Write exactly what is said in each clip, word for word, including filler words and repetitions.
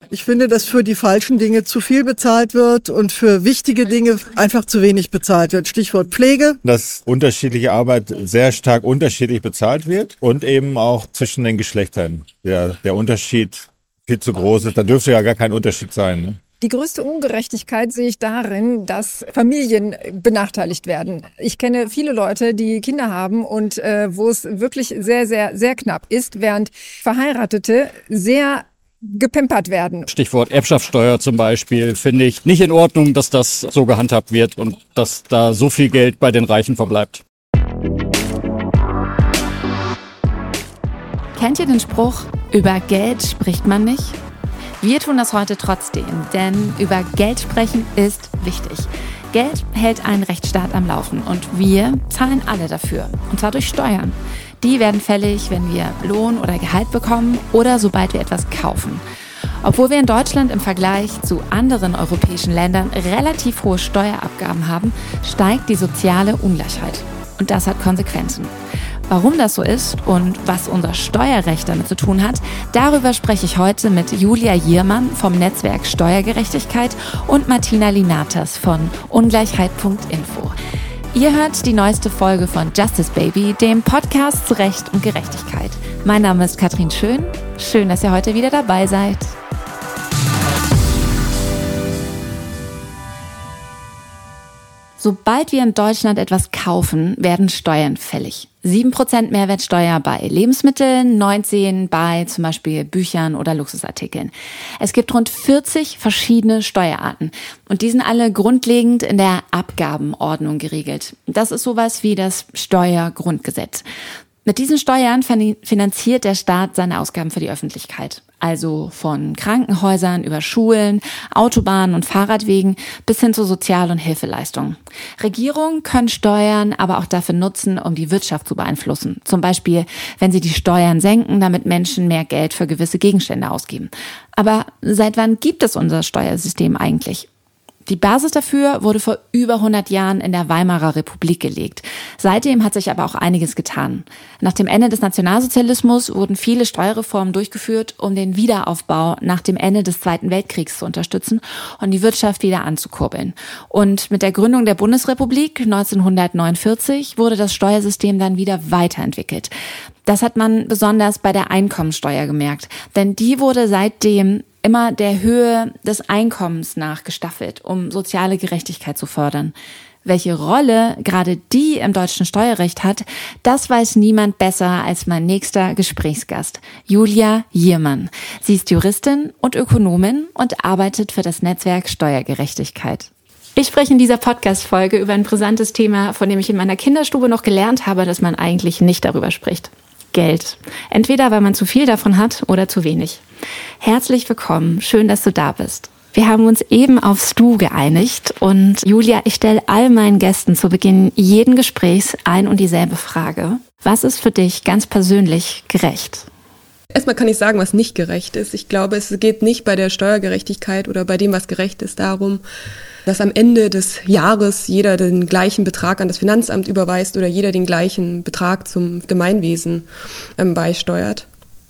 Ich finde, dass für die falschen Dinge zu viel bezahlt wird und für wichtige Dinge einfach zu wenig bezahlt wird. Stichwort Pflege. Dass unterschiedliche Arbeit sehr stark unterschiedlich bezahlt wird und eben auch zwischen den Geschlechtern. Der, der Unterschied viel zu groß ist. Da dürfte ja gar kein Unterschied sein, ne? Die größte Ungerechtigkeit sehe ich darin, dass Familien benachteiligt werden. Ich kenne viele Leute, die Kinder haben und äh, wo es wirklich sehr, sehr, sehr knapp ist, während Verheiratete sehr gepimpert werden. Stichwort Erbschaftssteuer zum Beispiel, finde ich nicht in Ordnung, dass das so gehandhabt wird und dass da so viel Geld bei den Reichen verbleibt. Kennt ihr den Spruch, über Geld spricht man nicht? Wir tun das heute trotzdem, denn über Geld sprechen ist wichtig. Geld hält einen Rechtsstaat am Laufen und wir zahlen alle dafür, und zwar durch Steuern. Die werden fällig, wenn wir Lohn oder Gehalt bekommen oder sobald wir etwas kaufen. Obwohl wir in Deutschland im Vergleich zu anderen europäischen Ländern relativ hohe Steuerabgaben haben, steigt die soziale Ungleichheit. Und das hat Konsequenzen. Warum das so ist und was unser Steuerrecht damit zu tun hat, darüber spreche ich heute mit Julia Jiermann vom Netzwerk Steuergerechtigkeit und Martina Linatas von Ungleichheit Punkt info. Ihr hört die neueste Folge von Justice Baby, dem Podcast zu Recht und Gerechtigkeit. Mein Name ist Katrin Schön. Schön, dass ihr heute wieder dabei seid. Sobald wir in Deutschland etwas kaufen, werden Steuern fällig. sieben Prozent Mehrwertsteuer bei Lebensmitteln, neunzehn Prozent bei zum Beispiel Büchern oder Luxusartikeln. Es gibt rund vierzig verschiedene Steuerarten und die sind alle grundlegend in der Abgabenordnung geregelt. Das ist sowas wie das Steuergrundgesetz. Mit diesen Steuern finanziert der Staat seine Ausgaben für die Öffentlichkeit. Also von Krankenhäusern über Schulen, Autobahnen und Fahrradwegen bis hin zu Sozial- und Hilfeleistungen. Regierungen können Steuern aber auch dafür nutzen, um die Wirtschaft zu beeinflussen. Zum Beispiel, wenn sie die Steuern senken, damit Menschen mehr Geld für gewisse Gegenstände ausgeben. Aber seit wann gibt es unser Steuersystem eigentlich? Die Basis dafür wurde vor über hundert Jahren in der Weimarer Republik gelegt. Seitdem hat sich aber auch einiges getan. Nach dem Ende des Nationalsozialismus wurden viele Steuerreformen durchgeführt, um den Wiederaufbau nach dem Ende des Zweiten Weltkriegs zu unterstützen und die Wirtschaft wieder anzukurbeln. Und mit der Gründung der Bundesrepublik neunzehnhundertneunundvierzig wurde das Steuersystem dann wieder weiterentwickelt. Das hat man besonders bei der Einkommensteuer gemerkt, denn die wurde seitdem immer der Höhe des Einkommens nach gestaffelt, um soziale Gerechtigkeit zu fördern. Welche Rolle gerade die im deutschen Steuerrecht hat, das weiß niemand besser als mein nächster Gesprächsgast, Julia Jiermann. Sie ist Juristin und Ökonomin und arbeitet für das Netzwerk Steuergerechtigkeit. Ich spreche in dieser Podcast-Folge über ein brisantes Thema, von dem ich in meiner Kinderstube noch gelernt habe, dass man eigentlich nicht darüber spricht. Geld. Entweder weil man zu viel davon hat oder zu wenig. Herzlich willkommen, schön, dass du da bist. Wir haben uns eben aufs Du geeinigt und Julia, ich stelle all meinen Gästen zu Beginn jeden Gesprächs ein und dieselbe Frage. Was ist für dich ganz persönlich gerecht? Erstmal kann ich sagen, was nicht gerecht ist. Ich glaube, es geht nicht bei der Steuergerechtigkeit oder bei dem, was gerecht ist, darum, dass am Ende des Jahres jeder den gleichen Betrag an das Finanzamt überweist oder jeder den gleichen Betrag zum Gemeinwesen ähm, beisteuert,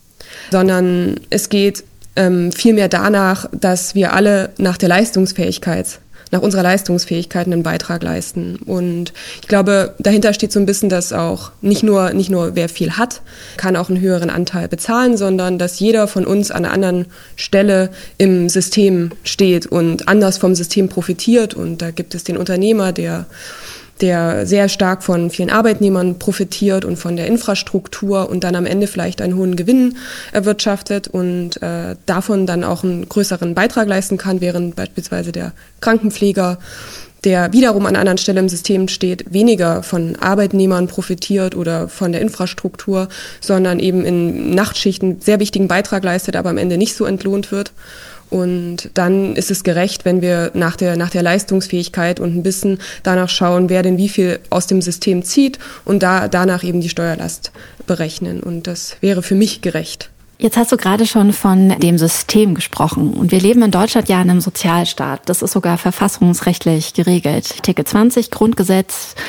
sondern es geht ähm, vielmehr danach, dass wir alle nach der Leistungsfähigkeit, nach unserer Leistungsfähigkeit einen Beitrag leisten. Und ich glaube, dahinter steht so ein bisschen, dass auch nicht nur, nicht nur wer viel hat, kann auch einen höheren Anteil bezahlen, sondern dass jeder von uns an einer anderen Stelle im System steht und anders vom System profitiert. Und da gibt es den Unternehmer, der der sehr stark von vielen Arbeitnehmern profitiert und von der Infrastruktur und dann am Ende vielleicht einen hohen Gewinn erwirtschaftet und äh, davon dann auch einen größeren Beitrag leisten kann, während beispielsweise der Krankenpfleger, der wiederum an einer anderen Stelle im System steht, weniger von Arbeitnehmern profitiert oder von der Infrastruktur, sondern eben in Nachtschichten sehr wichtigen Beitrag leistet, aber am Ende nicht so entlohnt wird. Und dann ist es gerecht, wenn wir nach der, nach der Leistungsfähigkeit und ein bisschen danach schauen, wer denn wie viel aus dem System zieht und da, danach eben die Steuerlast berechnen. Und das wäre für mich gerecht. Jetzt hast du gerade schon von dem System gesprochen und wir leben in Deutschland ja in einem Sozialstaat. Das ist sogar verfassungsrechtlich geregelt. Artikel zwanzig Grundgesetz,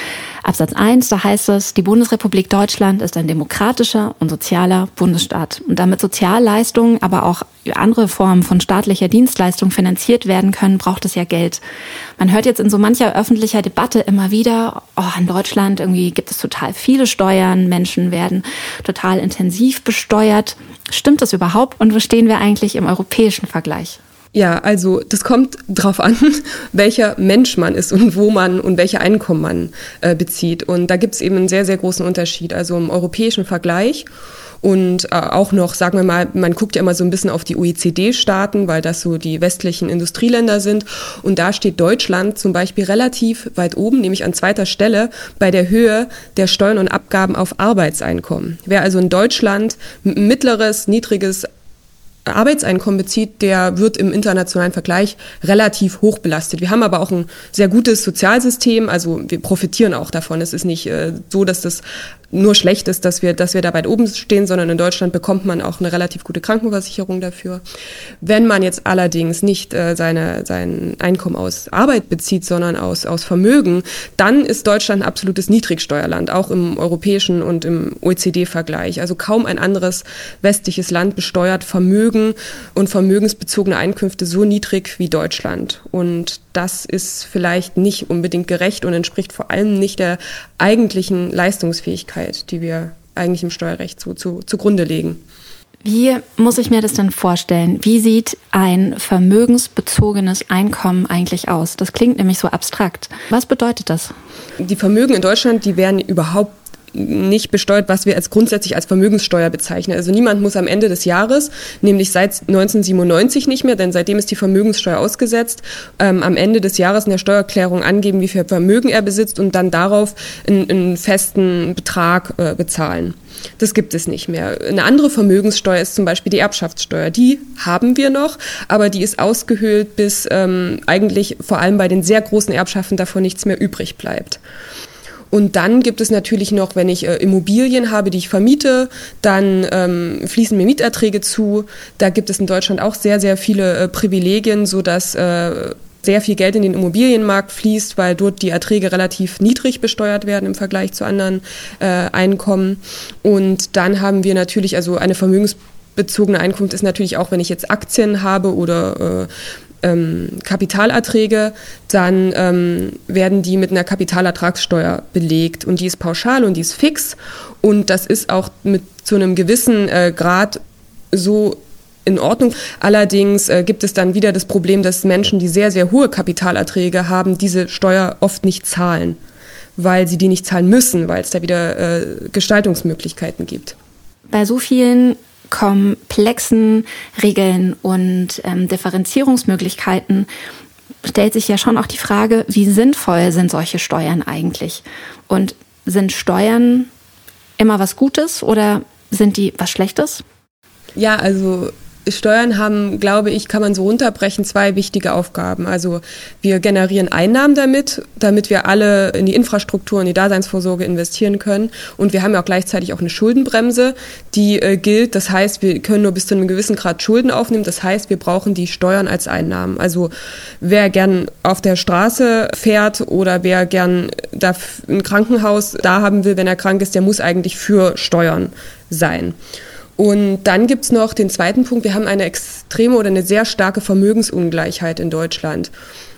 Absatz eins, da heißt es, die Bundesrepublik Deutschland ist ein demokratischer und sozialer Bundesstaat. Und damit Sozialleistungen, aber auch andere Formen von staatlicher Dienstleistung finanziert werden können, braucht es ja Geld. Man hört jetzt in so mancher öffentlicher Debatte immer wieder, oh, in Deutschland irgendwie gibt es total viele Steuern, Menschen werden total intensiv besteuert. Stimmt das überhaupt? Und wo stehen wir eigentlich im europäischen Vergleich? Ja, also das kommt drauf an, welcher Mensch man ist und wo man und welche Einkommen man äh, bezieht. Und da gibt es eben einen sehr, sehr großen Unterschied. Also im europäischen Vergleich und äh, auch noch, sagen wir mal, man guckt ja immer so ein bisschen auf die O E C D-Staaten, weil das so die westlichen Industrieländer sind. Und da steht Deutschland zum Beispiel relativ weit oben, nämlich an zweiter Stelle bei der Höhe der Steuern und Abgaben auf Arbeitseinkommen. Wer also in Deutschland ein mittleres, niedriges Arbeitseinkommen bezieht, der wird im internationalen Vergleich relativ hoch belastet. Wir haben aber auch ein sehr gutes Sozialsystem, also wir profitieren auch davon. Es ist nicht äh, so, dass das nur schlecht ist, dass wir, dass wir da weit oben stehen, sondern in Deutschland bekommt man auch eine relativ gute Krankenversicherung dafür. Wenn man jetzt allerdings nicht äh, seine, sein Einkommen aus Arbeit bezieht, sondern aus, aus Vermögen, dann ist Deutschland ein absolutes Niedrigsteuerland, auch im europäischen und im O E C D-Vergleich. Also kaum ein anderes westliches Land besteuert Vermögen und vermögensbezogene Einkünfte so niedrig wie Deutschland. Und das ist vielleicht nicht unbedingt gerecht und entspricht vor allem nicht der eigentlichen Leistungsfähigkeit, die wir eigentlich im Steuerrecht so zu, zugrunde legen. Wie muss ich mir das denn vorstellen? Wie sieht ein vermögensbezogenes Einkommen eigentlich aus? Das klingt nämlich so abstrakt. Was bedeutet das? Die Vermögen in Deutschland, die werden überhaupt nicht besteuert, was wir als grundsätzlich als Vermögenssteuer bezeichnen. Also niemand muss am Ende des Jahres, nämlich seit neunzehnhundertsiebenundneunzig nicht mehr, denn seitdem ist die Vermögenssteuer ausgesetzt, ähm, am Ende des Jahres in der Steuererklärung angeben, wie viel Vermögen er besitzt und dann darauf einen, einen festen Betrag äh, bezahlen. Das gibt es nicht mehr. Eine andere Vermögenssteuer ist zum Beispiel die Erbschaftssteuer. Die haben wir noch, aber die ist ausgehöhlt, bis ähm, eigentlich vor allem bei den sehr großen Erbschaften davon nichts mehr übrig bleibt. Und dann gibt es natürlich noch, wenn ich äh, Immobilien habe, die ich vermiete, dann ähm, fließen mir Mieterträge zu. Da gibt es in Deutschland auch sehr, sehr viele äh, Privilegien, sodass äh, sehr viel Geld in den Immobilienmarkt fließt, weil dort die Erträge relativ niedrig besteuert werden im Vergleich zu anderen äh, Einkommen. Und dann haben wir natürlich, also eine vermögensbezogene Einkunft ist natürlich auch, wenn ich jetzt Aktien habe oder äh, Ähm, Kapitalerträge, dann ähm, werden die mit einer Kapitalertragssteuer belegt und die ist pauschal und die ist fix und das ist auch mit zu einem gewissen äh, Grad so in Ordnung. Allerdings äh, gibt es dann wieder das Problem, dass Menschen, die sehr, sehr hohe Kapitalerträge haben, diese Steuer oft nicht zahlen, weil sie die nicht zahlen müssen, weil es da wieder äh, Gestaltungsmöglichkeiten gibt. Bei so vielen komplexen Regeln und ähm, Differenzierungsmöglichkeiten stellt sich ja schon auch die Frage, wie sinnvoll sind solche Steuern eigentlich? Und sind Steuern immer was Gutes oder sind die was Schlechtes? Ja, also Steuern haben, glaube ich, kann man so runterbrechen, zwei wichtige Aufgaben. Also wir generieren Einnahmen damit, damit wir alle in die Infrastruktur, in die Daseinsvorsorge investieren können. Und wir haben ja auch gleichzeitig auch eine Schuldenbremse, die äh, gilt. Das heißt, wir können nur bis zu einem gewissen Grad Schulden aufnehmen. Das heißt, wir brauchen die Steuern als Einnahmen. Also wer gern auf der Straße fährt oder wer gern da ein Krankenhaus da haben will, wenn er krank ist, der muss eigentlich für Steuern sein. Und dann gibt's noch den zweiten Punkt, wir haben eine extreme oder eine sehr starke Vermögensungleichheit in Deutschland.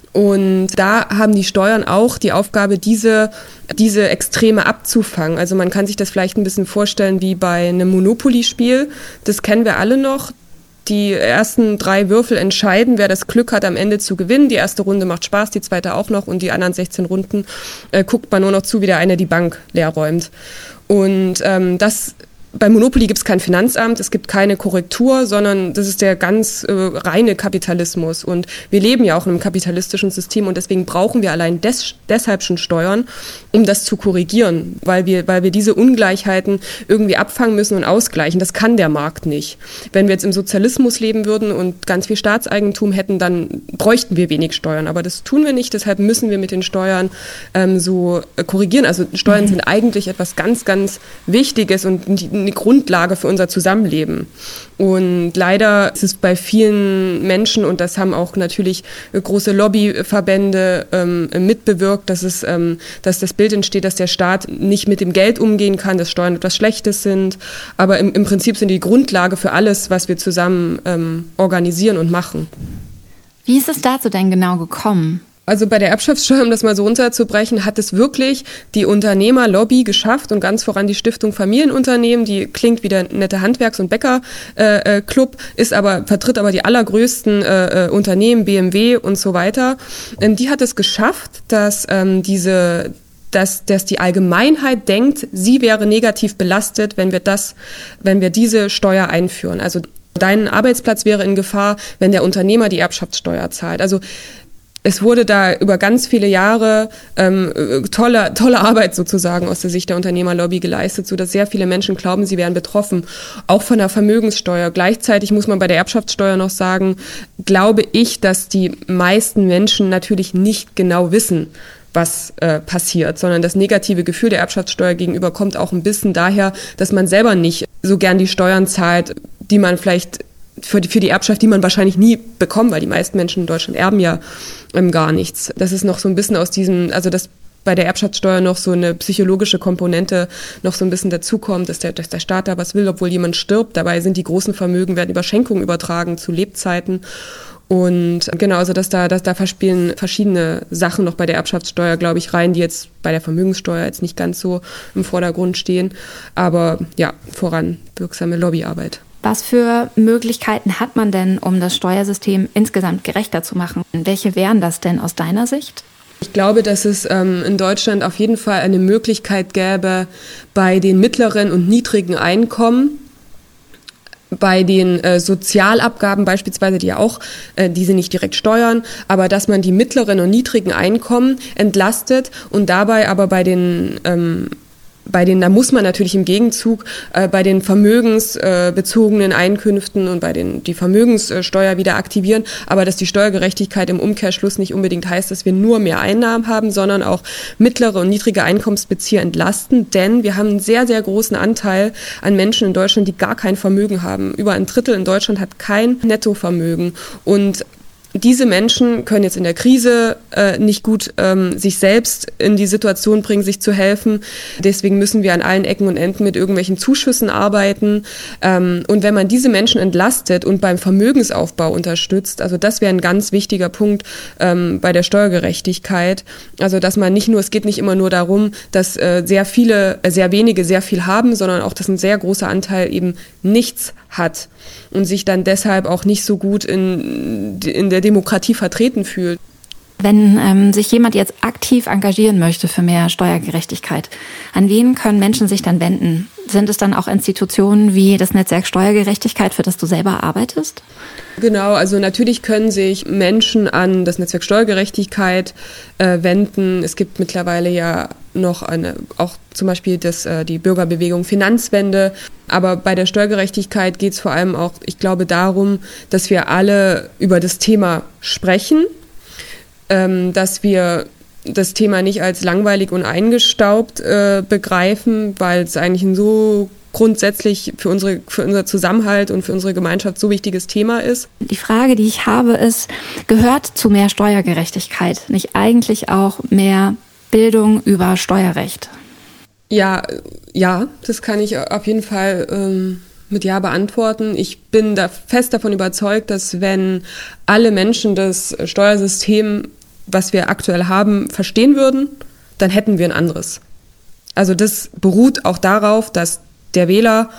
Und da haben die Steuern auch die Aufgabe, diese, diese Extreme abzufangen. Also man kann sich das vielleicht ein bisschen vorstellen wie bei einem Monopoly-Spiel. Das kennen wir alle noch. Die ersten drei Würfel entscheiden, wer das Glück hat, am Ende zu gewinnen. Die erste Runde macht Spaß, die zweite auch noch. Und die anderen sechzehn Runden äh, guckt man nur noch zu, wie der eine die Bank leer räumt. Und ähm, das Bei Monopoly gibt es kein Finanzamt, es gibt keine Korrektur, sondern das ist der ganz äh, reine Kapitalismus. Und wir leben ja auch in einem kapitalistischen System und deswegen brauchen wir allein des, deshalb schon Steuern, um das zu korrigieren, weil wir, weil wir diese Ungleichheiten irgendwie abfangen müssen und ausgleichen. Das kann der Markt nicht. Wenn wir jetzt im Sozialismus leben würden und ganz viel Staatseigentum hätten, dann bräuchten wir wenig Steuern. Aber das tun wir nicht, deshalb müssen wir mit den Steuern ähm, so äh, korrigieren. Also Steuern mhm. sind eigentlich etwas ganz, ganz Wichtiges und die, eine Grundlage für unser Zusammenleben. Und leider ist es bei vielen Menschen, und das haben auch natürlich große Lobbyverbände ähm, mitbewirkt, dass es, ähm, dass das Bild entsteht, dass der Staat nicht mit dem Geld umgehen kann, dass Steuern etwas Schlechtes sind. Aber im, im Prinzip sind die Grundlage für alles, was wir zusammen ähm, organisieren und machen. Wie ist es dazu denn genau gekommen? Also bei der Erbschaftssteuer, um das mal so runterzubrechen, hat es wirklich die Unternehmerlobby geschafft und ganz voran die Stiftung Familienunternehmen, die klingt wie der nette Handwerks- und Bäckerclub, äh, ist aber, vertritt aber die allergrößten äh, Unternehmen, B M W und so weiter. Ähm, die hat es geschafft, dass ähm, diese Dass, dass die Allgemeinheit denkt, sie wäre negativ belastet, wenn wir das, wenn wir diese Steuer einführen. Also dein Arbeitsplatz wäre in Gefahr, wenn der Unternehmer die Erbschaftssteuer zahlt. Also es wurde da über ganz viele Jahre ähm, tolle, tolle Arbeit sozusagen aus der Sicht der Unternehmerlobby geleistet, sodass sehr viele Menschen glauben, sie wären betroffen, auch von der Vermögenssteuer. Gleichzeitig muss man bei der Erbschaftssteuer noch sagen, glaube ich, dass die meisten Menschen natürlich nicht genau wissen, was äh, passiert, sondern das negative Gefühl der Erbschaftssteuer gegenüber kommt auch ein bisschen daher, dass man selber nicht so gern die Steuern zahlt, die man vielleicht für die, für die Erbschaft, die man wahrscheinlich nie bekommt, weil die meisten Menschen in Deutschland erben ja ähm, gar nichts. Das ist noch so ein bisschen aus diesem, also dass bei der Erbschaftssteuer noch so eine psychologische Komponente noch so ein bisschen dazukommt, dass der, dass der Staat da was will, obwohl jemand stirbt. Dabei sind die großen Vermögen, werden über Schenkungen übertragen zu Lebzeiten. Und genau, also dass da, dass da verspielen verschiedene Sachen noch bei der Erbschaftssteuer, glaube ich, rein, die jetzt bei der Vermögenssteuer jetzt nicht ganz so im Vordergrund stehen. Aber ja, voran wirksame Lobbyarbeit. Was für Möglichkeiten hat man denn, um das Steuersystem insgesamt gerechter zu machen? Welche wären das denn aus deiner Sicht? Ich glaube, dass es ähm, in Deutschland auf jeden Fall eine Möglichkeit gäbe, bei den mittleren und niedrigen Einkommen, bei den äh, Sozialabgaben beispielsweise, die ja auch, äh, diese nicht direkt steuern, aber dass man die mittleren und niedrigen Einkommen entlastet und dabei aber bei den ähm, Bei den, da muss man natürlich im Gegenzug äh, bei den vermögensbezogenen äh, Einkünften und bei den die Vermögenssteuer wieder aktivieren, aber dass die Steuergerechtigkeit im Umkehrschluss nicht unbedingt heißt, dass wir nur mehr Einnahmen haben, sondern auch mittlere und niedrige Einkommensbezieher entlasten, denn wir haben einen sehr, sehr großen Anteil an Menschen in Deutschland, die gar kein Vermögen haben. Über ein Drittel in Deutschland hat kein Nettovermögen und diese Menschen können jetzt in der Krise äh, nicht gut ähm, sich selbst in die Situation bringen, sich zu helfen. Deswegen müssen wir an allen Ecken und Enden mit irgendwelchen Zuschüssen arbeiten. Ähm, und wenn man diese Menschen entlastet und beim Vermögensaufbau unterstützt, also das wäre ein ganz wichtiger Punkt ähm, bei der Steuergerechtigkeit. Also dass man nicht nur, es geht nicht immer nur darum, dass äh, sehr viele, äh, sehr wenige sehr viel haben, sondern auch, dass ein sehr großer Anteil eben nichts hat und sich dann deshalb auch nicht so gut in, in der Demokratie vertreten fühlt. Wenn ähm, sich jemand jetzt aktiv engagieren möchte für mehr Steuergerechtigkeit, an wen können Menschen sich dann wenden? Sind es dann auch Institutionen wie das Netzwerk Steuergerechtigkeit, für das du selber arbeitest? Genau, also natürlich können sich Menschen an das Netzwerk Steuergerechtigkeit äh, wenden. Es gibt mittlerweile ja noch eine, auch zum Beispiel das, äh, die Bürgerbewegung Finanzwende. Aber bei der Steuergerechtigkeit geht es vor allem auch, ich glaube, darum, dass wir alle über das Thema sprechen, ähm, dass wir das Thema nicht als langweilig und eingestaubt äh, begreifen, weil es eigentlich ein so grundsätzlich für unsere, für unser Zusammenhalt und für unsere Gemeinschaft so wichtiges Thema ist. Die Frage, die ich habe, ist, gehört zu mehr Steuergerechtigkeit nicht eigentlich auch mehr Bildung über Steuerrecht? Ja, ja, das kann ich auf jeden Fall ähm, mit Ja beantworten. Ich bin da fest davon überzeugt, dass wenn alle Menschen das Steuersystem, was wir aktuell haben, verstehen würden, dann hätten wir ein anderes. Also das beruht auch darauf, dass der Wähler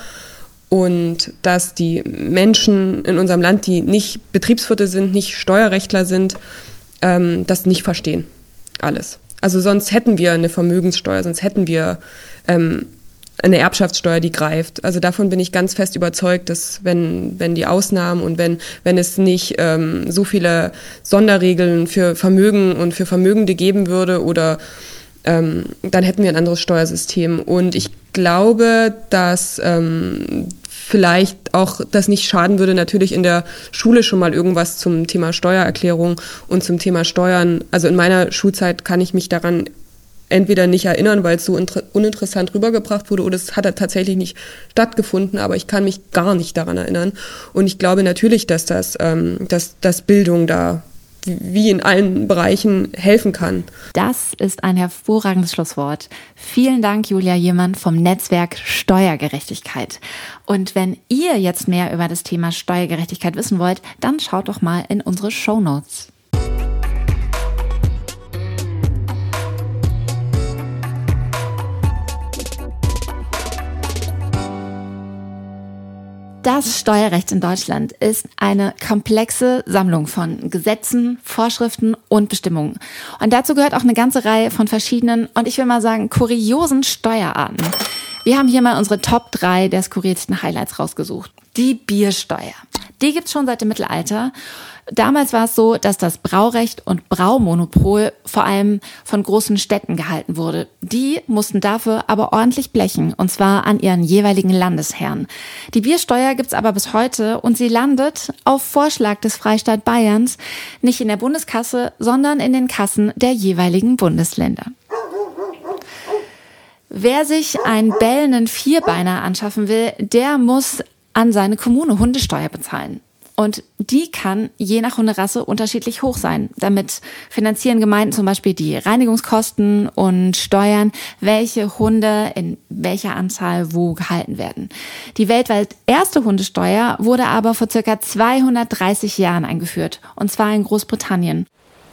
und dass die Menschen in unserem Land, die nicht Betriebswirte sind, nicht Steuerrechtler sind, ähm, das nicht verstehen. Alles. Also sonst hätten wir eine Vermögenssteuer, sonst hätten wir ähm, eine Erbschaftssteuer, die greift. Also davon bin ich ganz fest überzeugt, dass wenn, wenn die Ausnahmen und wenn, wenn es nicht ähm, so viele Sonderregeln für Vermögen und für Vermögende geben würde oder ähm, dann hätten wir ein anderes Steuersystem. Und ich glaube, dass ähm, vielleicht auch das nicht schaden würde, natürlich in der Schule schon mal irgendwas zum Thema Steuererklärung und zum Thema Steuern. Also in meiner Schulzeit kann ich mich daran entweder nicht erinnern, weil es so inter- uninteressant rübergebracht wurde, oder es hat tatsächlich nicht stattgefunden, aber ich kann mich gar nicht daran erinnern. Und ich glaube natürlich, dass das, ähm, dass, dass Bildung da wie in allen Bereichen helfen kann. Das ist ein hervorragendes Schlusswort. Vielen Dank, Julia Jehmann vom Netzwerk Steuergerechtigkeit. Und wenn ihr jetzt mehr über das Thema Steuergerechtigkeit wissen wollt, dann schaut doch mal in unsere Shownotes. Das Steuerrecht in Deutschland ist eine komplexe Sammlung von Gesetzen, Vorschriften und Bestimmungen. Und dazu gehört auch eine ganze Reihe von verschiedenen und ich will mal sagen kuriosen Steuerarten. Wir haben hier mal unsere Top drei der skurrilsten Highlights rausgesucht. Die Biersteuer. Die gibt's schon seit dem Mittelalter. Damals war es so, dass das Braurecht und Braumonopol vor allem von großen Städten gehalten wurde. Die mussten dafür aber ordentlich blechen, und zwar an ihren jeweiligen Landesherren. Die Biersteuer gibt's aber bis heute und sie landet auf Vorschlag des Freistaat Bayerns nicht in der Bundeskasse, sondern in den Kassen der jeweiligen Bundesländer. Wer sich einen bellenden Vierbeiner anschaffen will, der muss an seine Kommune Hundesteuer bezahlen. Und die kann je nach Hunderasse unterschiedlich hoch sein. Damit finanzieren Gemeinden zum Beispiel die Reinigungskosten und steuern, welche Hunde in welcher Anzahl wo gehalten werden. Die weltweit erste Hundesteuer wurde aber vor circa zweihundertdreißig Jahren eingeführt. Und zwar in Großbritannien.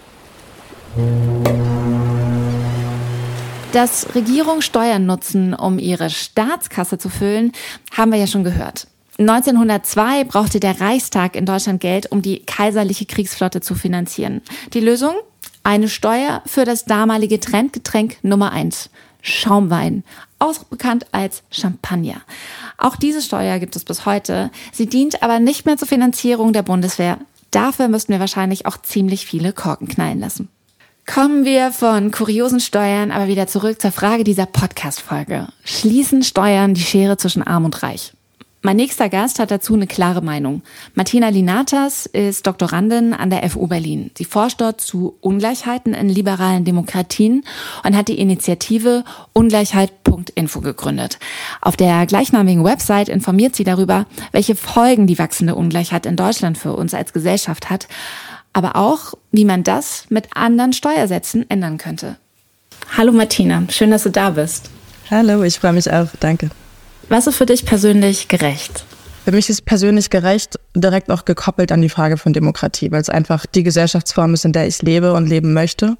Dass Regierungen Steuern nutzen, um ihre Staatskasse zu füllen, haben wir ja schon gehört. neunzehnhundertzwei brauchte der Reichstag in Deutschland Geld, um die kaiserliche Kriegsflotte zu finanzieren. Die Lösung? Eine Steuer für das damalige Trendgetränk Nummer eins, Schaumwein, auch bekannt als Champagner. Auch diese Steuer gibt es bis heute. Sie dient aber nicht mehr zur Finanzierung der Bundeswehr. Dafür müssten wir wahrscheinlich auch ziemlich viele Korken knallen lassen. Kommen wir von kuriosen Steuern aber wieder zurück zur Frage dieser Podcast-Folge. Schließen Steuern die Schere zwischen Arm und Reich? Mein nächster Gast hat dazu eine klare Meinung. Martina Linatas ist Doktorandin an der F U Berlin. Sie forscht dort zu Ungleichheiten in liberalen Demokratien und hat die Initiative Ungleichheit Punkt info gegründet. Auf der gleichnamigen Website informiert sie darüber, welche Folgen die wachsende Ungleichheit in Deutschland für uns als Gesellschaft hat, aber auch, wie man das mit anderen Steuersätzen ändern könnte. Hallo Martina, schön, dass du da bist. Hallo, ich freue mich auch, danke. Was ist für dich persönlich gerecht? Für mich ist persönlich gerecht direkt auch gekoppelt an die Frage von Demokratie, weil es einfach die Gesellschaftsform ist, in der ich lebe und leben möchte.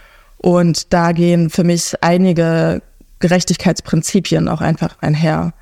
Und da gehen für mich einige Gerechtigkeitsprinzipien auch einfach einher.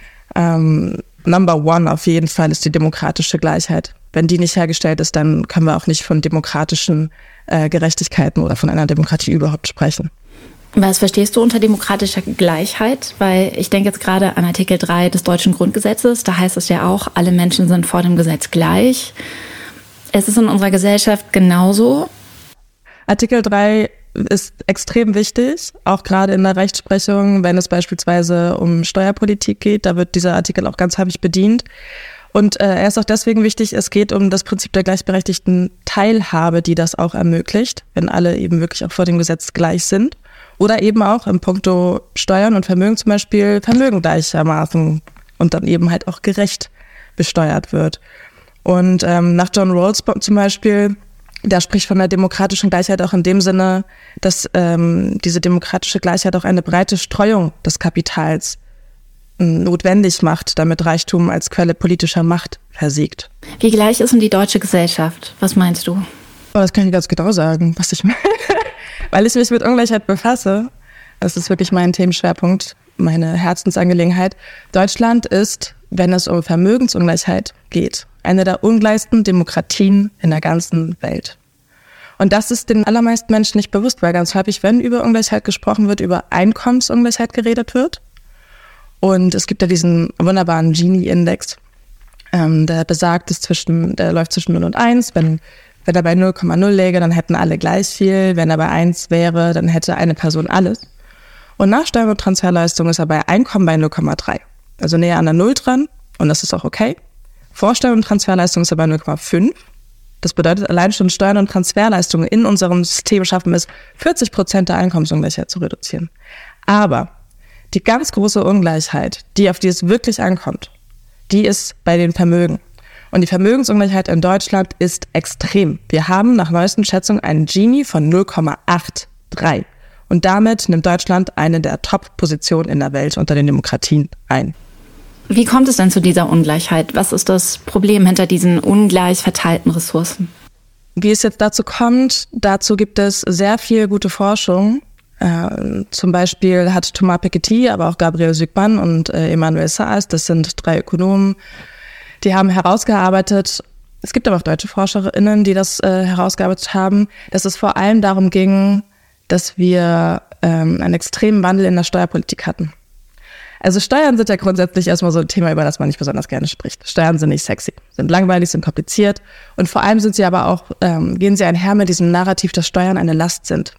Ähm, Number one auf jeden Fall ist die demokratische Gleichheit. Wenn die nicht hergestellt ist, dann können wir auch nicht von demokratischen äh, Gerechtigkeiten oder von einer Demokratie überhaupt sprechen. Was verstehst du unter demokratischer Gleichheit? Weil ich denke jetzt gerade an Artikel drei des deutschen Grundgesetzes. Da heißt es ja auch, alle Menschen sind vor dem Gesetz gleich. Ist es in unserer Gesellschaft genauso? Artikel drei ist extrem wichtig, auch gerade in der Rechtsprechung, wenn es beispielsweise um Steuerpolitik geht. Da wird dieser Artikel auch ganz häufig bedient. Und äh, er ist auch deswegen wichtig, es geht um das Prinzip der gleichberechtigten Teilhabe, die das auch ermöglicht, wenn alle eben wirklich auch vor dem Gesetz gleich sind. Oder eben auch im Punkto Steuern und Vermögen zum Beispiel Vermögen gleichermaßen und dann eben halt auch gerecht besteuert wird. Und ähm, nach John Rawls zum Beispiel, der spricht von der demokratischen Gleichheit auch in dem Sinne, dass ähm, diese demokratische Gleichheit auch eine breite Streuung des Kapitals ähm, notwendig macht, damit Reichtum als Quelle politischer Macht versiegt. Wie gleich ist denn die deutsche Gesellschaft? Was meinst du? Oh, das kann ich ganz genau sagen, was ich meine. Weil ich mich mit Ungleichheit befasse. Das ist wirklich mein Themenschwerpunkt, meine Herzensangelegenheit. Deutschland ist, wenn es um Vermögensungleichheit geht, eine der ungleichsten Demokratien in der ganzen Welt. Und das ist den allermeisten Menschen nicht bewusst, weil ganz häufig, wenn über Ungleichheit gesprochen wird, über Einkommensungleichheit geredet wird. Und es gibt ja diesen wunderbaren Gini-Index, ähm, der besagt, dass zwischen, der läuft zwischen null und eins. Wenn Wenn er bei null Komma null läge, dann hätten alle gleich viel. Wenn er bei eins wäre, dann hätte eine Person alles. Und nach Steuern und Transferleistung ist er bei Einkommen bei null Komma drei. Also näher an der Null dran. Und das ist auch okay. Vor Steuern und Transferleistung ist er bei null Komma fünf. Das bedeutet, allein schon Steuern und Transferleistungen in unserem System schaffen es, vierzig Prozent der Einkommensungleichheit zu reduzieren. Aber die ganz große Ungleichheit, die auf die es wirklich ankommt, die ist bei den Vermögen. Und die Vermögensungleichheit in Deutschland ist extrem. Wir haben nach neuesten Schätzungen einen Gini von null Komma dreiundachtzig. Und damit nimmt Deutschland eine der Top-Positionen in der Welt unter den Demokratien ein. Wie kommt es denn zu dieser Ungleichheit? Was ist das Problem hinter diesen ungleich verteilten Ressourcen? Wie es jetzt dazu kommt, dazu gibt es sehr viel gute Forschung. Äh, zum Beispiel hat Thomas Piketty, aber auch Gabriel Zucman und äh, Emmanuel Saez, das sind drei Ökonomen, die haben herausgearbeitet, es gibt aber auch deutsche ForscherInnen, die das äh, herausgearbeitet haben, dass es vor allem darum ging, dass wir ähm, einen extremen Wandel in der Steuerpolitik hatten. Also Steuern sind ja grundsätzlich erstmal so ein Thema, über das man nicht besonders gerne spricht. Steuern sind nicht sexy, sind langweilig, sind kompliziert und vor allem sind sie aber auch, ähm, gehen sie einher mit diesem Narrativ, dass Steuern eine Last sind.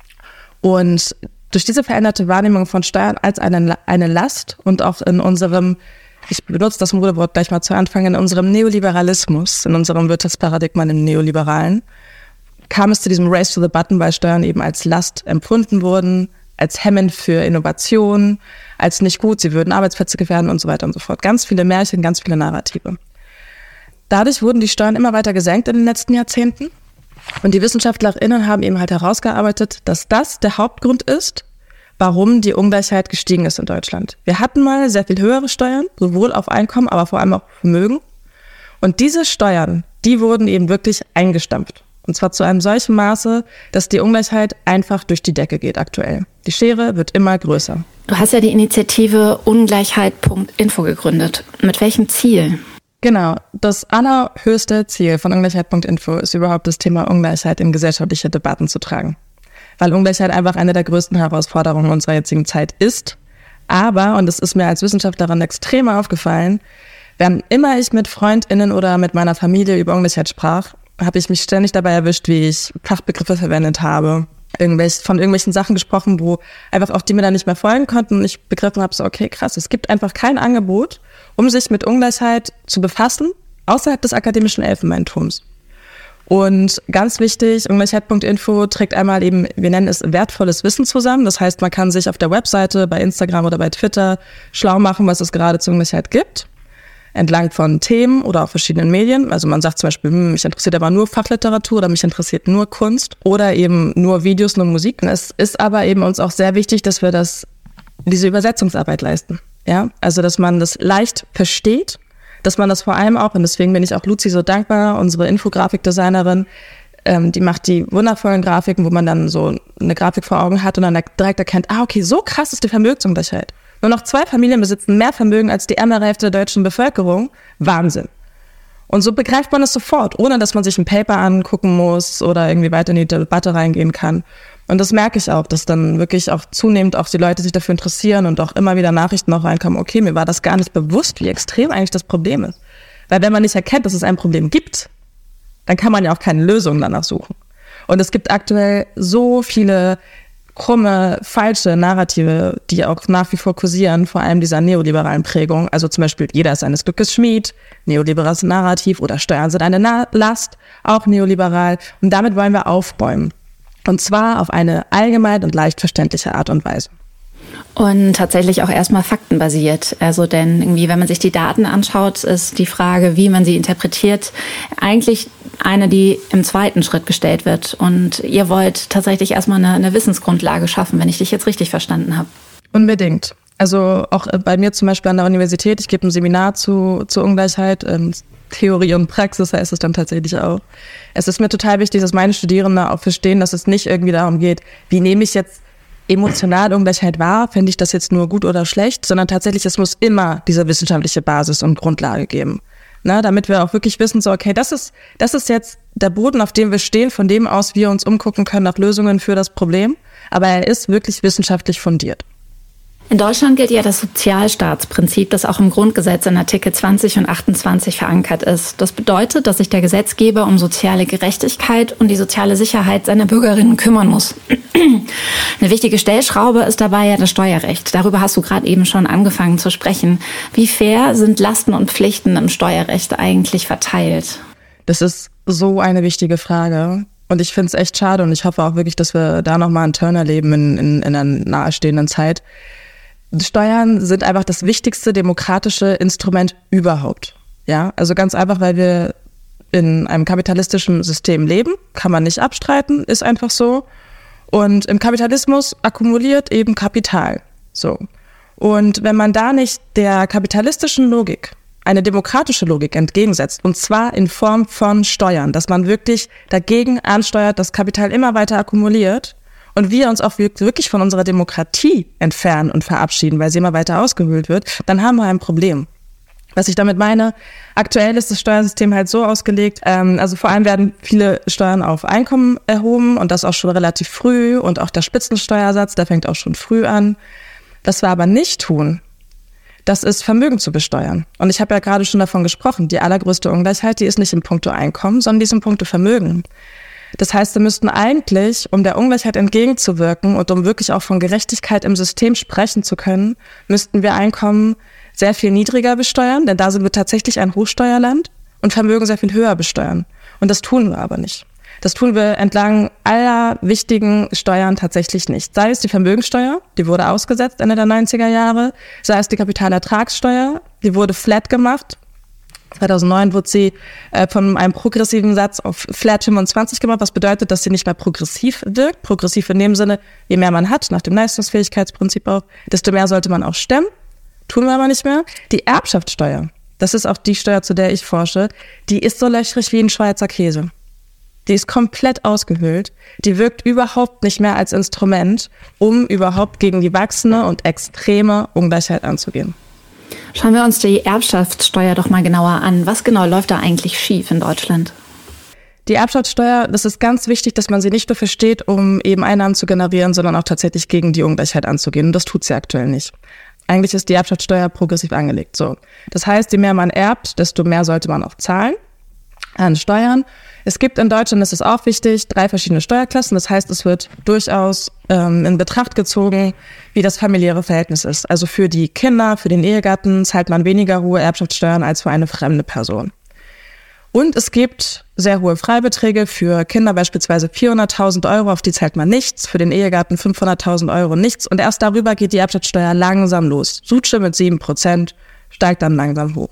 Und durch diese veränderte Wahrnehmung von Steuern als eine, eine Last und auch in unserem, ich benutze das Modewort gleich mal zu Anfang, in unserem Neoliberalismus, in unserem Wirtschaftsparadigma, im Neoliberalen, kam es zu diesem Race to the Button, weil Steuern eben als Last empfunden wurden, als hemmend für Innovation, als nicht gut, sie würden Arbeitsplätze gefährden und so weiter und so fort. Ganz viele Märchen, ganz viele Narrative. Dadurch wurden die Steuern immer weiter gesenkt in den letzten Jahrzehnten. Und die WissenschaftlerInnen haben eben halt herausgearbeitet, dass das der Hauptgrund ist, warum die Ungleichheit gestiegen ist in Deutschland. Wir hatten mal sehr viel höhere Steuern, sowohl auf Einkommen, aber vor allem auch Vermögen. Und diese Steuern, die wurden eben wirklich eingestampft. Und zwar zu einem solchen Maße, dass die Ungleichheit einfach durch die Decke geht aktuell. Die Schere wird immer größer. Du hast ja die Initiative Ungleichheit Punkt info gegründet. Mit welchem Ziel? Genau, das allerhöchste Ziel von Ungleichheit Punkt info ist überhaupt das Thema Ungleichheit in gesellschaftliche Debatten zu tragen. Weil Ungleichheit einfach eine der größten Herausforderungen unserer jetzigen Zeit ist. Aber, und das ist mir als Wissenschaftlerin extrem aufgefallen, wenn immer ich mit FreundInnen oder mit meiner Familie über Ungleichheit sprach, habe ich mich ständig dabei erwischt, wie ich Fachbegriffe verwendet habe, irgendwelch, von irgendwelchen Sachen gesprochen, wo einfach auch die mir dann nicht mehr folgen konnten und ich begriffen habe, so okay, krass, es gibt einfach kein Angebot, um sich mit Ungleichheit zu befassen, außerhalb des akademischen Elfenbeintums. Und ganz wichtig, Ungleichheit Punkt info trägt einmal eben, wir nennen es wertvolles Wissen zusammen. Das heißt, man kann sich auf der Webseite, bei Instagram oder bei Twitter schlau machen, was es gerade zur Ungleichheit gibt. Entlang von Themen oder auch verschiedenen Medien. Also man sagt zum Beispiel, hm, mich interessiert aber nur Fachliteratur oder mich interessiert nur Kunst oder eben nur Videos, nur Musik. Und es ist aber eben uns auch sehr wichtig, dass wir das, diese Übersetzungsarbeit leisten. Ja, also dass man das leicht versteht, dass man das vor allem auch, und deswegen bin ich auch Luzi so dankbar, unsere Infografikdesignerin, ähm, die macht die wundervollen Grafiken, wo man dann so eine Grafik vor Augen hat und dann direkt erkennt, ah okay, so krass ist die Vermögensungleichheit. Nur noch zwei Familien besitzen mehr Vermögen als die ärmere Hälfte der deutschen Bevölkerung. Wahnsinn. Und so begreift man es sofort, ohne dass man sich ein Paper angucken muss oder irgendwie weiter in die Debatte reingehen kann. Und das merke ich auch, dass dann wirklich auch zunehmend auch die Leute sich dafür interessieren und auch immer wieder Nachrichten auch reinkommen, okay, mir war das gar nicht bewusst, wie extrem eigentlich das Problem ist. Weil wenn man nicht erkennt, dass es ein Problem gibt, dann kann man ja auch keine Lösung danach suchen. Und es gibt aktuell so viele krumme, falsche Narrative, die auch nach wie vor kursieren, vor allem dieser neoliberalen Prägung. Also zum Beispiel, jeder ist seines Glückes Schmied, neoliberales Narrativ oder Steuern sind eine Na- Last, auch neoliberal. Und damit wollen wir aufräumen. Und zwar auf eine allgemein und leicht verständliche Art und Weise. Und tatsächlich auch erstmal faktenbasiert. Also denn irgendwie, wenn man sich die Daten anschaut, ist die Frage, wie man sie interpretiert, eigentlich eine, die im zweiten Schritt gestellt wird. Und ihr wollt tatsächlich erstmal eine, eine Wissensgrundlage schaffen, wenn ich dich jetzt richtig verstanden habe. Unbedingt. Also auch bei mir zum Beispiel an der Universität, ich gebe ein Seminar zu, zu Ungleichheit, ähm, Theorie und Praxis heißt es dann tatsächlich auch. Es ist mir total wichtig, dass meine Studierenden auch verstehen, dass es nicht irgendwie darum geht, wie nehme ich jetzt emotional Ungleichheit wahr, finde ich das jetzt nur gut oder schlecht, sondern tatsächlich, es muss immer diese wissenschaftliche Basis und Grundlage geben. Na, damit wir auch wirklich wissen, so okay, das ist, das ist jetzt der Boden, auf dem wir stehen, von dem aus wir uns umgucken können nach Lösungen für das Problem, aber er ist wirklich wissenschaftlich fundiert. In Deutschland gilt ja das Sozialstaatsprinzip, das auch im Grundgesetz in Artikel zwanzig und achtundzwanzig verankert ist. Das bedeutet, dass sich der Gesetzgeber um soziale Gerechtigkeit und die soziale Sicherheit seiner Bürgerinnen kümmern muss. Eine wichtige Stellschraube ist dabei ja das Steuerrecht. Darüber hast du gerade eben schon angefangen zu sprechen. Wie fair sind Lasten und Pflichten im Steuerrecht eigentlich verteilt? Das ist so eine wichtige Frage. Und ich finde es echt schade und ich hoffe auch wirklich, dass wir da nochmal einen Turn erleben in, in, in einer nahestehenden Zeit. Steuern sind einfach das wichtigste demokratische Instrument überhaupt. Ja, also ganz einfach, weil wir in einem kapitalistischen System leben, kann man nicht abstreiten, ist einfach so. Und im Kapitalismus akkumuliert eben Kapital. So. Und wenn man da nicht der kapitalistischen Logik eine demokratische Logik entgegensetzt, und zwar in Form von Steuern, dass man wirklich dagegen ansteuert, dass Kapital immer weiter akkumuliert und wir uns auch wirklich von unserer Demokratie entfernen und verabschieden, weil sie immer weiter ausgehöhlt wird, dann haben wir ein Problem. Was ich damit meine, aktuell ist das Steuersystem halt so ausgelegt, ähm, also vor allem werden viele Steuern auf Einkommen erhoben und das auch schon relativ früh und auch der Spitzensteuersatz, der fängt auch schon früh an. Was wir aber nicht tun, das ist Vermögen zu besteuern. Und ich habe ja gerade schon davon gesprochen, die allergrößte Ungleichheit, die ist nicht in puncto Einkommen, sondern die ist in puncto Vermögen. Das heißt, wir müssten eigentlich, um der Ungleichheit entgegenzuwirken und um wirklich auch von Gerechtigkeit im System sprechen zu können, müssten wir Einkommen sehr viel niedriger besteuern, denn da sind wir tatsächlich ein Hochsteuerland, und Vermögen sehr viel höher besteuern. Und das tun wir aber nicht. Das tun wir entlang aller wichtigen Steuern tatsächlich nicht. Sei es die Vermögensteuer, die wurde ausgesetzt Ende der neunziger Jahre, sei es die Kapitalertragssteuer, die wurde flat gemacht. zweitausendneun wurde sie äh, von einem progressiven Satz auf flat fünfundzwanzig gemacht, was bedeutet, dass sie nicht mehr progressiv wirkt. Progressiv in dem Sinne, je mehr man hat, nach dem Leistungsfähigkeitsprinzip auch, desto mehr sollte man auch stemmen. Tun wir aber nicht mehr. Die Erbschaftssteuer, das ist auch die Steuer, zu der ich forsche, die ist so löchrig wie ein Schweizer Käse. Die ist komplett ausgehöhlt. Die wirkt überhaupt nicht mehr als Instrument, um überhaupt gegen die wachsende und extreme Ungleichheit anzugehen. Schauen wir uns die Erbschaftssteuer doch mal genauer an. Was genau läuft da eigentlich schief in Deutschland? Die Erbschaftssteuer, das ist ganz wichtig, dass man sie nicht nur versteht, um eben Einnahmen zu generieren, sondern auch tatsächlich gegen die Ungleichheit anzugehen. Und das tut sie aktuell nicht. Eigentlich ist die Erbschaftssteuer progressiv angelegt. So. Das heißt, je mehr man erbt, desto mehr sollte man auch zahlen an Steuern. Es gibt in Deutschland, das ist auch wichtig, drei verschiedene Steuerklassen. Das heißt, es wird durchaus ähm, in Betracht gezogen, wie das familiäre Verhältnis ist. Also für die Kinder, für den Ehegatten zahlt man weniger hohe Erbschaftssteuern als für eine fremde Person. Und es gibt sehr hohe Freibeträge für Kinder, beispielsweise vierhunderttausend Euro, auf die zahlt man nichts, für den Ehegatten fünfhunderttausend Euro nichts. Und erst darüber geht die Erbschaftssteuer langsam los. Suche mit sieben Prozent steigt dann langsam hoch.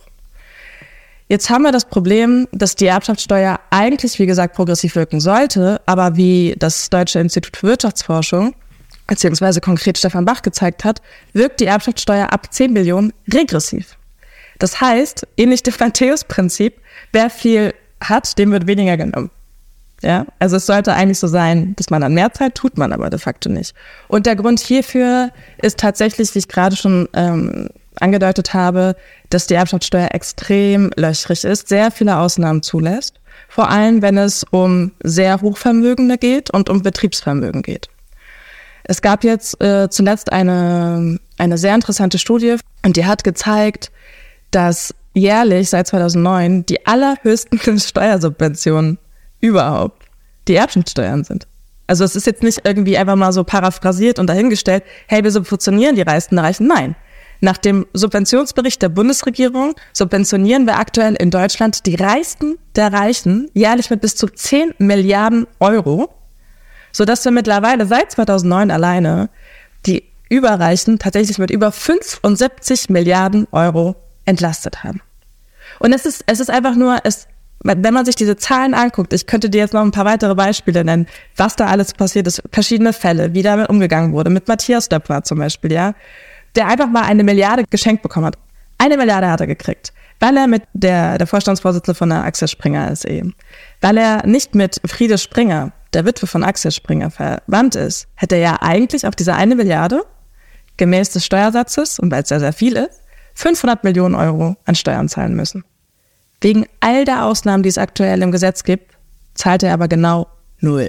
Jetzt haben wir das Problem, dass die Erbschaftssteuer eigentlich, wie gesagt, progressiv wirken sollte, aber wie das Deutsche Institut für Wirtschaftsforschung, beziehungsweise konkret Stefan Bach gezeigt hat, wirkt die Erbschaftssteuer ab zehn Millionen regressiv. Das heißt, ähnlich dem Matthäus-Prinzip, wer viel hat, dem wird weniger genommen. Ja, also es sollte eigentlich so sein, dass man dann mehr zahlt, tut man aber de facto nicht. Und der Grund hierfür ist tatsächlich, wie ich gerade schon ähm, angedeutet habe, dass die Erbschaftssteuer extrem löchrig ist, sehr viele Ausnahmen zulässt, vor allem wenn es um sehr Hochvermögende geht und um Betriebsvermögen geht. Es gab jetzt äh, zuletzt eine, eine sehr interessante Studie und die hat gezeigt, dass jährlich seit zweitausendneun die allerhöchsten Steuersubventionen überhaupt die Erbschaftssteuern sind. Also es ist jetzt nicht irgendwie einfach mal so paraphrasiert und dahingestellt, hey, wir subventionieren die reichsten Reichen. Nein. Nach dem Subventionsbericht der Bundesregierung subventionieren wir aktuell in Deutschland die Reichsten der Reichen jährlich mit bis zu zehn Milliarden Euro, sodass wir mittlerweile seit zweitausendneun alleine die Überreichen tatsächlich mit über fünfundsiebzig Milliarden Euro entlastet haben. Und es ist, es ist einfach nur, es, wenn man sich diese Zahlen anguckt, ich könnte dir jetzt noch ein paar weitere Beispiele nennen, was da alles passiert ist, verschiedene Fälle, wie damit umgegangen wurde, mit Matthias Döpfner zum Beispiel, ja, der einfach mal eine Milliarde geschenkt bekommen hat. Eine Milliarde hat er gekriegt, weil er mit der, der Vorstandsvorsitzende von der Axel Springer ist eben. Weil er nicht mit Friede Springer, der Witwe von Axel Springer, verwandt ist, hätte er ja eigentlich auf diese eine Milliarde, gemäß des Steuersatzes, und weil es sehr, sehr viel ist, fünfhundert Millionen Euro an Steuern zahlen müssen. Wegen all der Ausnahmen, die es aktuell im Gesetz gibt, zahlt er aber genau null.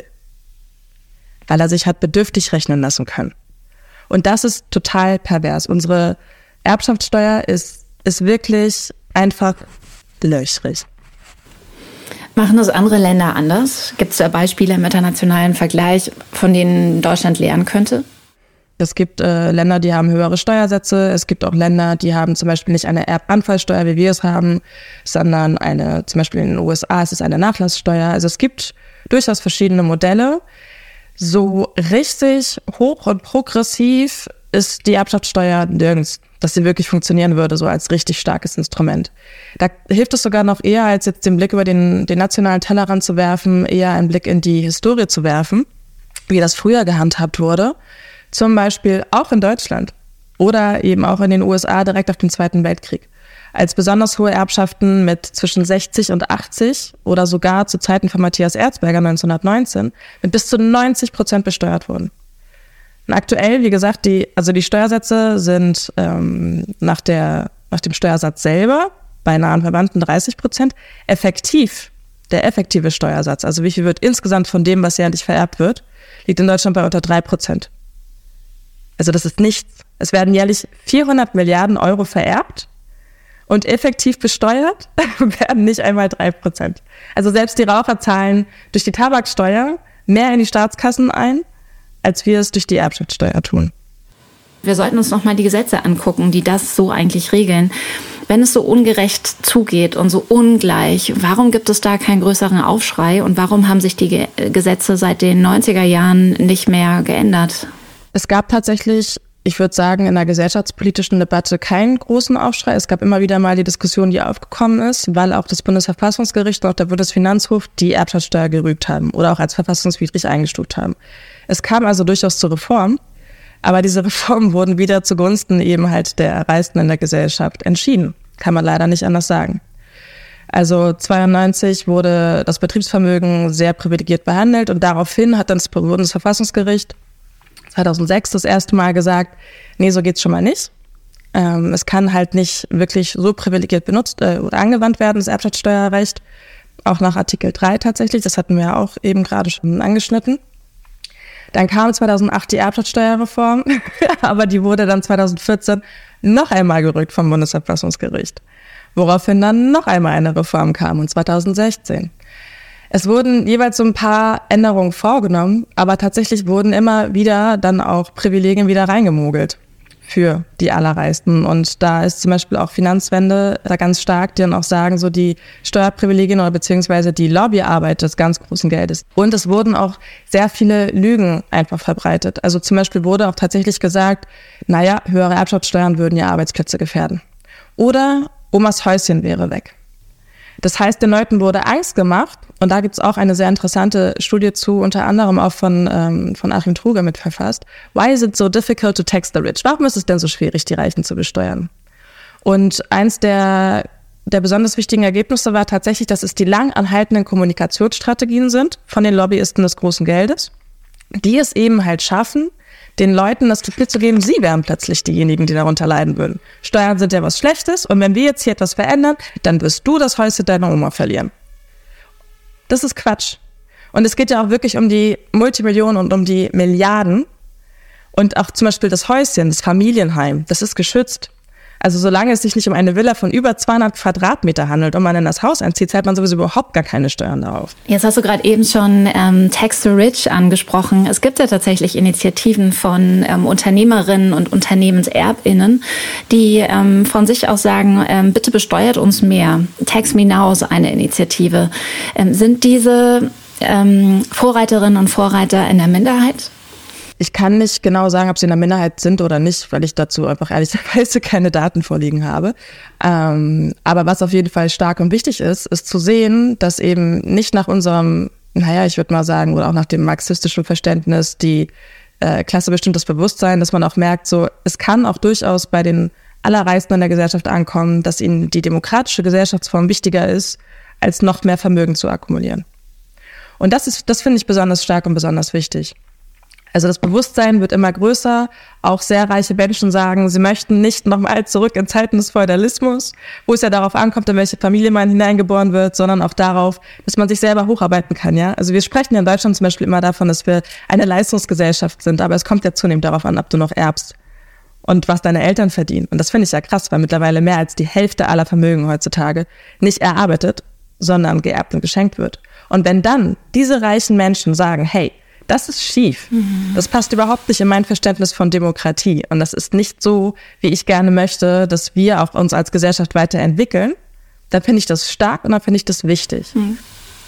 Weil er sich hat bedürftig rechnen lassen können. Und das ist total pervers. Unsere Erbschaftssteuer ist, ist wirklich einfach löchrig. Machen das andere Länder anders? Gibt es da Beispiele im internationalen Vergleich, von denen Deutschland lernen könnte? Es gibt äh, Länder, die haben höhere Steuersätze. Es gibt auch Länder, die haben zum Beispiel nicht eine Erbanfallsteuer, wie wir es haben, sondern eine, zum Beispiel in den U S A ist es eine Nachlasssteuer. Also es gibt durchaus verschiedene Modelle. So richtig hoch und progressiv ist die Erbschaftssteuer nirgends, dass sie wirklich funktionieren würde, so als richtig starkes Instrument. Da hilft es sogar noch eher, als jetzt den Blick über den, den nationalen Tellerrand zu werfen, eher einen Blick in die Historie zu werfen, wie das früher gehandhabt wurde. Zum Beispiel auch in Deutschland oder eben auch in den U S A direkt auf den Zweiten Weltkrieg. Als besonders hohe Erbschaften mit zwischen sechzig und achtzig oder sogar zu Zeiten von Matthias Erzberger neunzehnhundertneunzehn mit bis zu neunzig Prozent besteuert wurden. Und aktuell, wie gesagt, die, also die Steuersätze sind ähm, nach, der, nach dem Steuersatz selber bei nahen Verwandten dreißig Prozent. Effektiv, der effektive Steuersatz, also wie viel wird insgesamt von dem, was jährlich vererbt wird, liegt in Deutschland bei unter drei Prozent. Also das ist nichts. Es werden jährlich vierhundert Milliarden Euro vererbt und effektiv besteuert werden nicht einmal drei Prozent. Also selbst die Raucher zahlen durch die Tabaksteuer mehr in die Staatskassen ein, als wir es durch die Erbschaftssteuer tun. Wir sollten uns nochmal die Gesetze angucken, die das so eigentlich regeln. Wenn es so ungerecht zugeht und so ungleich, warum gibt es da keinen größeren Aufschrei und warum haben sich die Ge- Gesetze seit den neunziger Jahren nicht mehr geändert? Es gab tatsächlich, ich würde sagen, in der gesellschaftspolitischen Debatte keinen großen Aufschrei. Es gab immer wieder mal die Diskussion, die aufgekommen ist, weil auch das Bundesverfassungsgericht und auch der Bundesfinanzhof die Erbschaftssteuer gerügt haben oder auch als verfassungswidrig eingestuft haben. Es kam also durchaus zur Reform, aber diese Reformen wurden wieder zugunsten eben halt der Reichsten in der Gesellschaft entschieden. Kann man leider nicht anders sagen. Also zweiundneunzig wurde das Betriebsvermögen sehr privilegiert behandelt und daraufhin hat dann das Bundesverfassungsgericht zweitausendsechs das erste Mal gesagt, nee, so geht's schon mal nicht. Ähm, es kann halt nicht wirklich so privilegiert benutzt äh, oder angewandt werden, das Erbschaftssteuerrecht, auch nach Artikel drei tatsächlich, das hatten wir ja auch eben gerade schon angeschnitten. Dann kam zweitausendacht die Erbschaftssteuerreform, aber die wurde dann zweitausendvierzehn noch einmal gerückt vom Bundesverfassungsgericht, woraufhin dann noch einmal eine Reform kam und zweitausendsechzehn. Es wurden jeweils so ein paar Änderungen vorgenommen, aber tatsächlich wurden immer wieder dann auch Privilegien wieder reingemogelt für die Allerreichsten. Und da ist zum Beispiel auch Finanzwende da ganz stark, die dann auch sagen, so die Steuerprivilegien oder beziehungsweise die Lobbyarbeit des ganz großen Geldes. Und es wurden auch sehr viele Lügen einfach verbreitet. Also zum Beispiel wurde auch tatsächlich gesagt, naja, höhere Erbschaftssteuern würden ja Arbeitsplätze gefährden. Oder Omas Häuschen wäre weg. Das heißt, den Leuten wurde Angst gemacht und da gibt's auch eine sehr interessante Studie zu, unter anderem auch von, ähm, von Achim Truger mit verfasst. Why is it so difficult to tax the rich? Warum ist es denn so schwierig, die Reichen zu besteuern? Und eins der, der besonders wichtigen Ergebnisse war tatsächlich, dass es die lang anhaltenden Kommunikationsstrategien sind von den Lobbyisten des großen Geldes, die es eben halt schaffen, den Leuten das Gefühl zu geben, sie wären plötzlich diejenigen, die darunter leiden würden. Steuern sind ja was Schlechtes und wenn wir jetzt hier etwas verändern, dann wirst du das Häuschen deiner Oma verlieren. Das ist Quatsch. Und es geht ja auch wirklich um die Multimillionen und um die Milliarden. Und auch zum Beispiel das Häuschen, das Familienheim, das ist geschützt. Also solange es sich nicht um eine Villa von über zweihundert Quadratmeter handelt und man in das Haus einzieht, zahlt man sowieso überhaupt gar keine Steuern darauf. Jetzt hast du gerade eben schon ähm, Tax the Rich angesprochen. Es gibt ja tatsächlich Initiativen von ähm, Unternehmerinnen und UnternehmenserbInnen, die ähm, von sich aus sagen, ähm, bitte besteuert uns mehr. Tax Me Now ist eine Initiative. Ähm, sind diese ähm, Vorreiterinnen und Vorreiter in der Minderheit? Ich kann nicht genau sagen, ob sie in der Minderheit sind oder nicht, weil ich dazu einfach ehrlicherweise keine Daten vorliegen habe. Ähm, aber was auf jeden Fall stark und wichtig ist, ist zu sehen, dass eben nicht nach unserem, naja, ich würde mal sagen, oder auch nach dem marxistischen Verständnis die äh, Klasse bestimmt das Bewusstsein, dass man auch merkt, so es kann auch durchaus bei den Allerreichsten in der Gesellschaft ankommen, dass ihnen die demokratische Gesellschaftsform wichtiger ist, als noch mehr Vermögen zu akkumulieren. Und das ist, das finde ich besonders stark und besonders wichtig. Also das Bewusstsein wird immer größer. Auch sehr reiche Menschen sagen, sie möchten nicht nochmal zurück in Zeiten des Feudalismus, wo es ja darauf ankommt, in welche Familie man hineingeboren wird, sondern auch darauf, dass man sich selber hocharbeiten kann. Ja, also wir sprechen ja in Deutschland zum Beispiel immer davon, dass wir eine Leistungsgesellschaft sind, aber es kommt ja zunehmend darauf an, ob du noch erbst und was deine Eltern verdienen. Und das finde ich ja krass, weil mittlerweile mehr als die Hälfte aller Vermögen heutzutage nicht erarbeitet, sondern geerbt und geschenkt wird. Und wenn dann diese reichen Menschen sagen, hey, Das ist schief. Mhm. Das passt überhaupt nicht in mein Verständnis von Demokratie. Und das ist nicht so, wie ich gerne möchte, dass wir auch uns als Gesellschaft weiterentwickeln. Dann finde ich das stark und dann finde ich das wichtig. Mhm.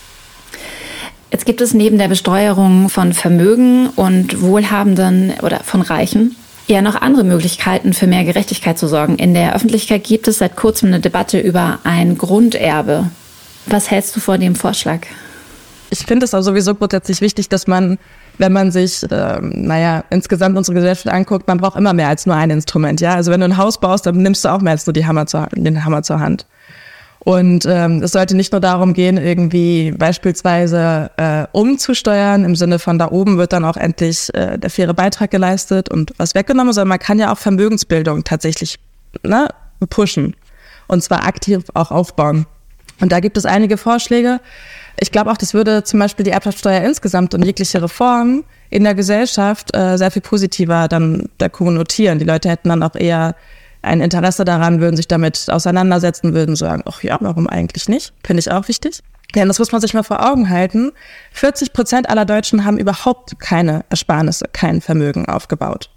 Jetzt gibt es neben der Besteuerung von Vermögen und Wohlhabenden oder von Reichen ja noch andere Möglichkeiten für mehr Gerechtigkeit zu sorgen. In der Öffentlichkeit gibt es seit kurzem eine Debatte über ein Grunderbe. Was hältst du vor dem Vorschlag? Ich finde es auch sowieso grundsätzlich wichtig, dass man, wenn man sich, äh, naja, insgesamt unsere Gesellschaft anguckt, man braucht immer mehr als nur ein Instrument. Ja, also wenn du ein Haus baust, dann nimmst du auch mehr als nur die Hammer zur, den Hammer zur Hand. Und ähm, es sollte nicht nur darum gehen, irgendwie beispielsweise äh, umzusteuern, im Sinne von da oben wird dann auch endlich äh, der faire Beitrag geleistet und was weggenommen, sondern man kann ja auch Vermögensbildung tatsächlich ne, pushen und zwar aktiv auch aufbauen. Und da gibt es einige Vorschläge. Ich glaube auch, das würde zum Beispiel die Erbschaftssteuer insgesamt und jegliche Reform in der Gesellschaft äh, sehr viel positiver dann da konnotieren. Die Leute hätten dann auch eher ein Interesse daran, würden sich damit auseinandersetzen, würden sagen, ach ja, warum eigentlich nicht? Finde ich auch wichtig. Denn das muss man sich mal vor Augen halten. vierzig Prozent aller Deutschen haben überhaupt keine Ersparnisse, kein Vermögen aufgebaut.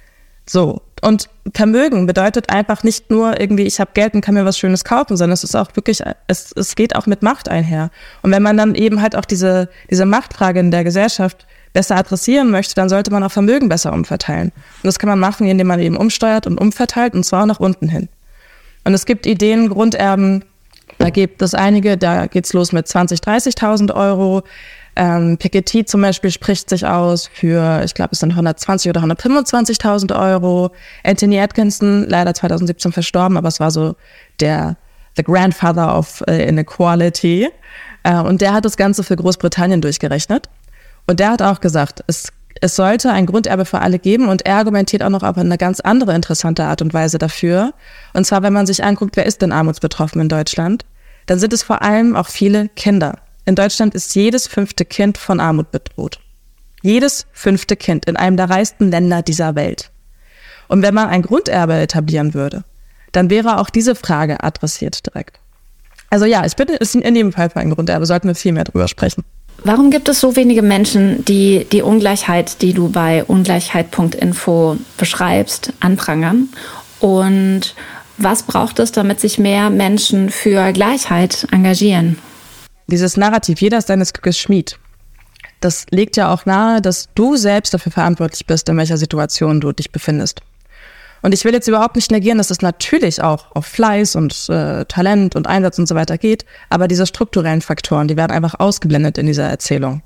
So, und Vermögen bedeutet einfach nicht nur irgendwie, ich habe Geld und kann mir was Schönes kaufen, sondern es ist auch wirklich, es, es geht auch mit Macht einher. Und wenn man dann eben halt auch diese, diese Machtfrage in der Gesellschaft besser adressieren möchte, dann sollte man auch Vermögen besser umverteilen. Und das kann man machen, indem man eben umsteuert und umverteilt, und zwar auch nach unten hin. Und es gibt Ideen, Grunderben, da gibt es einige, da geht's los mit zwanzigtausend, dreißigtausend Euro. Ähm, Piketty zum Beispiel spricht sich aus für, ich glaube, es sind hundertzwanzig oder hundertfünfundzwanzigtausend Euro. Anthony Atkinson, leider zweitausendsiebzehn verstorben, aber es war so der the grandfather of uh, inequality. Äh, und der hat das Ganze für Großbritannien durchgerechnet. Und der hat auch gesagt, es, es sollte ein Grunderbe für alle geben, und er argumentiert auch noch auf eine ganz andere interessante Art und Weise dafür. Und zwar, wenn man sich anguckt, wer ist denn armutsbetroffen in Deutschland, dann sind es vor allem auch viele Kinder. In Deutschland ist jedes fünfte Kind von Armut bedroht. Jedes fünfte Kind in einem der reichsten Länder dieser Welt. Und wenn man ein Grunderbe etablieren würde, dann wäre auch diese Frage adressiert direkt. Also ja, ich bin in jedem Fall für ein Grunderbe, sollten wir viel mehr drüber sprechen. Warum gibt es so wenige Menschen, die die Ungleichheit, die du bei ungleichheit punkt info beschreibst, anprangern? Und was braucht es, damit sich mehr Menschen für Gleichheit engagieren? Dieses Narrativ, jeder ist seines Glückes Schmied, das legt ja auch nahe, dass du selbst dafür verantwortlich bist, in welcher Situation du dich befindest. Und ich will jetzt überhaupt nicht negieren, dass es natürlich auch auf Fleiß und äh, Talent und Einsatz und so weiter geht, aber diese strukturellen Faktoren, die werden einfach ausgeblendet in dieser Erzählung.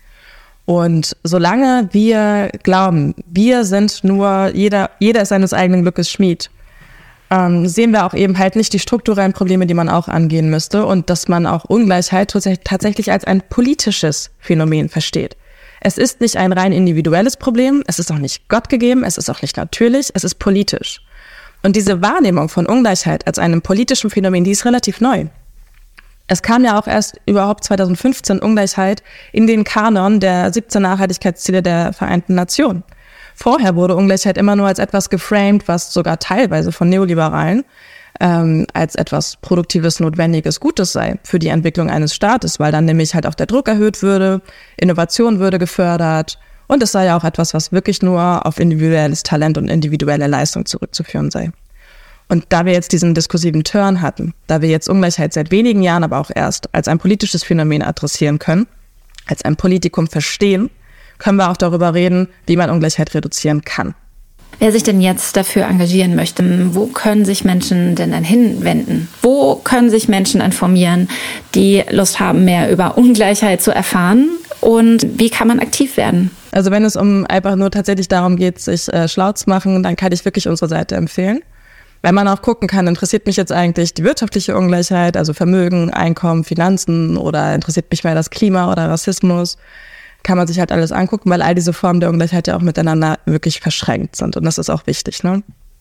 Und solange wir glauben, wir sind nur, jeder, jeder ist seines eigenen Glückes Schmied, ähm, sehen wir auch eben halt nicht die strukturellen Probleme, die man auch angehen müsste, und dass man auch Ungleichheit tatsächlich als ein politisches Phänomen versteht. Es ist nicht ein rein individuelles Problem, es ist auch nicht gottgegeben, es ist auch nicht natürlich, es ist politisch. Und diese Wahrnehmung von Ungleichheit als einem politischen Phänomen, die ist relativ neu. Es kam ja auch erst überhaupt zweitausendfünfzehn Ungleichheit in den Kanon der siebzehn Nachhaltigkeitsziele der Vereinten Nationen. Vorher wurde Ungleichheit immer nur als etwas geframed, was sogar teilweise von Neoliberalen ähm, als etwas Produktives, Notwendiges, Gutes sei für die Entwicklung eines Staates, weil dann nämlich halt auch der Druck erhöht würde, Innovation würde gefördert, und es sei ja auch etwas, was wirklich nur auf individuelles Talent und individuelle Leistung zurückzuführen sei. Und da wir jetzt diesen diskursiven Turn hatten, da wir jetzt Ungleichheit seit wenigen Jahren aber auch erst als ein politisches Phänomen adressieren können, als ein Politikum verstehen, können wir auch darüber reden, wie man Ungleichheit reduzieren kann. Wer sich denn jetzt dafür engagieren möchte, wo können sich Menschen denn dann hinwenden? Wo können sich Menschen informieren, die Lust haben, mehr über Ungleichheit zu erfahren? Und wie kann man aktiv werden? Also wenn es um einfach nur tatsächlich darum geht, sich äh, schlau zu machen, dann kann ich wirklich unsere Seite empfehlen. Wenn man auch gucken kann, interessiert mich jetzt eigentlich die wirtschaftliche Ungleichheit, also Vermögen, Einkommen, Finanzen, oder interessiert mich mehr das Klima oder Rassismus, kann man sich halt alles angucken, weil all diese Formen der Ungleichheit ja auch miteinander wirklich verschränkt sind. Und das ist auch wichtig, ne?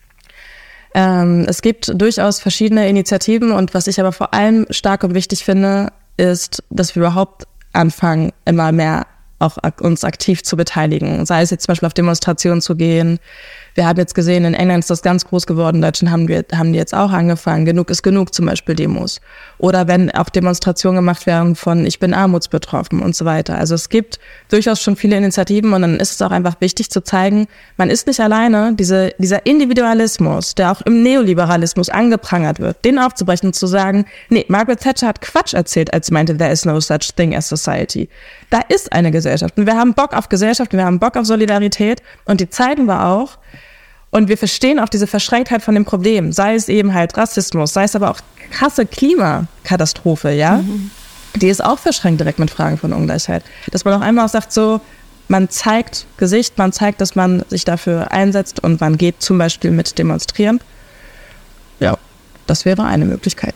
Ähm, es gibt durchaus verschiedene Initiativen, und was ich aber vor allem stark und wichtig finde, ist, dass wir überhaupt anfangen, immer mehr auch uns aktiv zu beteiligen. Sei es jetzt zum Beispiel auf Demonstrationen zu gehen, Wir haben jetzt gesehen, in England ist das ganz groß geworden, in Deutschland haben, wir, haben die jetzt auch angefangen. Genug ist genug, zum Beispiel Demos. Oder wenn auch Demonstrationen gemacht werden von ich bin armutsbetroffen und so weiter. Also es gibt durchaus schon viele Initiativen und dann ist es auch einfach wichtig zu zeigen, man ist nicht alleine. Diese, dieser Individualismus, der auch im Neoliberalismus angeprangert wird, den aufzubrechen und zu sagen, nee, Margaret Thatcher hat Quatsch erzählt, als sie meinte, there is no such thing as society. Da ist eine Gesellschaft und wir haben Bock auf Gesellschaft, wir haben Bock auf Solidarität und die zeigen wir auch. Und wir verstehen auch diese Verschränktheit von dem Problem, sei es eben halt Rassismus, sei es aber auch krasse Klimakatastrophe, ja. Mhm. Die ist auch verschränkt direkt mit Fragen von Ungleichheit. Dass man auch einmal auch sagt so, man zeigt Gesicht, man zeigt, dass man sich dafür einsetzt und man geht zum Beispiel mit demonstrieren. Ja, das wäre eine Möglichkeit.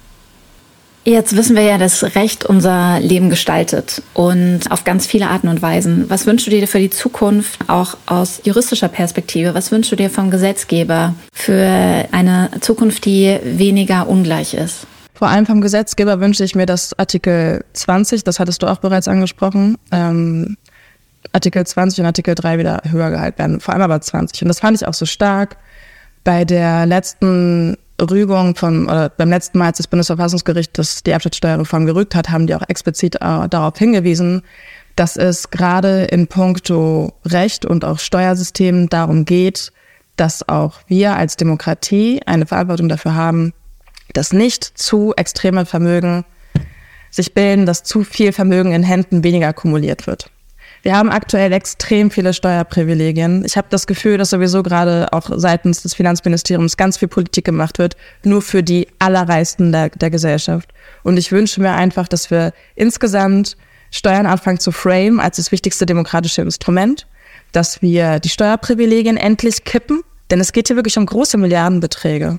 Jetzt wissen wir ja, dass Recht unser Leben gestaltet und auf ganz viele Arten und Weisen. Was wünschst du dir für die Zukunft, auch aus juristischer Perspektive? Was wünschst du dir vom Gesetzgeber für eine Zukunft, die weniger ungleich ist? Vor allem vom Gesetzgeber wünsche ich mir, dass Artikel zwanzig, das hattest du auch bereits angesprochen, ähm, Artikel zwanzig und Artikel drei wieder höher gehalten werden, vor allem aber zwanzig. Und das fand ich auch so stark bei der letzten Rügung von, oder beim letzten Mal, als das Bundesverfassungsgericht das die Erbschaftssteuerreform gerügt hat, haben die auch explizit äh, darauf hingewiesen, dass es gerade in puncto Recht und auch Steuersystem darum geht, dass auch wir als Demokratie eine Verantwortung dafür haben, dass nicht zu extreme Vermögen sich bilden, dass zu viel Vermögen in Händen weniger akkumuliert wird. Wir haben aktuell extrem viele Steuerprivilegien. Ich habe das Gefühl, dass sowieso gerade auch seitens des Finanzministeriums ganz viel Politik gemacht wird, nur für die Allerreichsten der, der Gesellschaft. Und ich wünsche mir einfach, dass wir insgesamt Steuern anfangen zu frame als das wichtigste demokratische Instrument, dass wir die Steuerprivilegien endlich kippen, denn es geht hier wirklich um große Milliardenbeträge.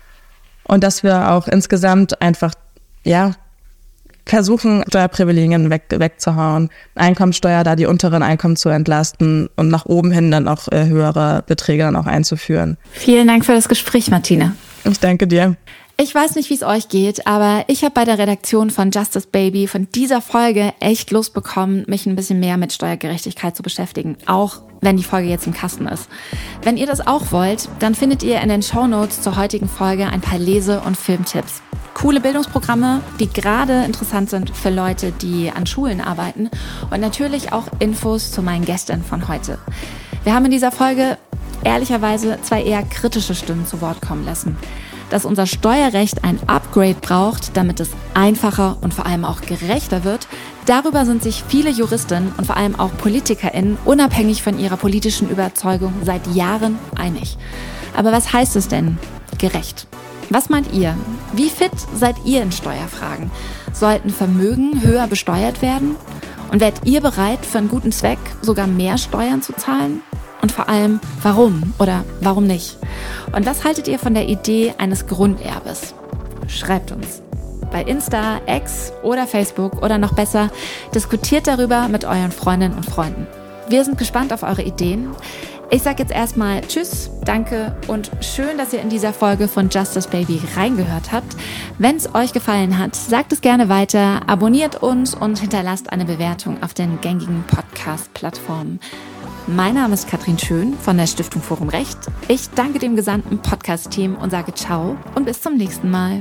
Und dass wir auch insgesamt einfach, ja, versuchen, Steuerprivilegien weg, wegzuhauen, Einkommensteuer, da die unteren Einkommen zu entlasten und nach oben hin dann auch äh, höhere Beträge dann auch einzuführen. Vielen Dank für das Gespräch, Martina. Ich danke dir. Ich weiß nicht, wie es euch geht, aber ich habe bei der Redaktion von Justice Baby von dieser Folge echt Lust bekommen, mich ein bisschen mehr mit Steuergerechtigkeit zu beschäftigen, auch wenn die Folge jetzt im Kasten ist. Wenn ihr das auch wollt, dann findet ihr in den Shownotes zur heutigen Folge ein paar Lese- und Filmtipps. Coole Bildungsprogramme, die gerade interessant sind für Leute, die an Schulen arbeiten und natürlich auch Infos zu meinen Gästen von heute. Wir haben in dieser Folge ehrlicherweise zwei eher kritische Stimmen zu Wort kommen lassen. Dass unser Steuerrecht ein Upgrade braucht, damit es einfacher und vor allem auch gerechter wird, darüber sind sich viele Juristinnen und vor allem auch PolitikerInnen unabhängig von ihrer politischen Überzeugung seit Jahren einig. Aber was heißt es denn, gerecht? Was meint ihr? Wie fit seid ihr in Steuerfragen? Sollten Vermögen höher besteuert werden? Und wärt ihr bereit, für einen guten Zweck sogar mehr Steuern zu zahlen? Und vor allem, warum oder warum nicht? Und was haltet ihr von der Idee eines Grunderbes? Schreibt uns. Bei Insta, X oder Facebook oder noch besser, diskutiert darüber mit euren Freundinnen und Freunden. Wir sind gespannt auf eure Ideen. Ich sag jetzt erstmal Tschüss, danke und schön, dass ihr in dieser Folge von Justice Baby reingehört habt. Wenn es euch gefallen hat, sagt es gerne weiter, abonniert uns und hinterlasst eine Bewertung auf den gängigen Podcast-Plattformen. Mein Name ist Katrin Schön von der Stiftung Forum Recht. Ich danke dem gesamten Podcast-Team und sage Ciao und bis zum nächsten Mal.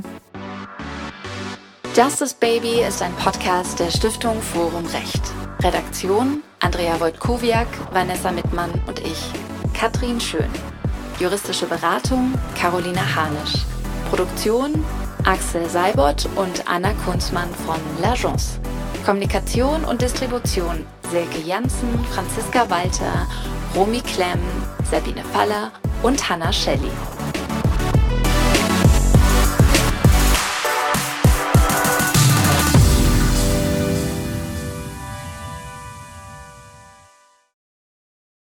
Justice Baby ist ein Podcast der Stiftung Forum Recht. Redaktion Andrea Wojtkowiak, Vanessa Mittmann und ich, Katrin Schön. Juristische Beratung Carolina Hanisch. Produktion Axel Seibert und Anna Kunzmann von L'Agence. Kommunikation und Distribution Silke Janssen, Franziska Walter, Romy Klemm, Sabine Faller und Hannah Shelley.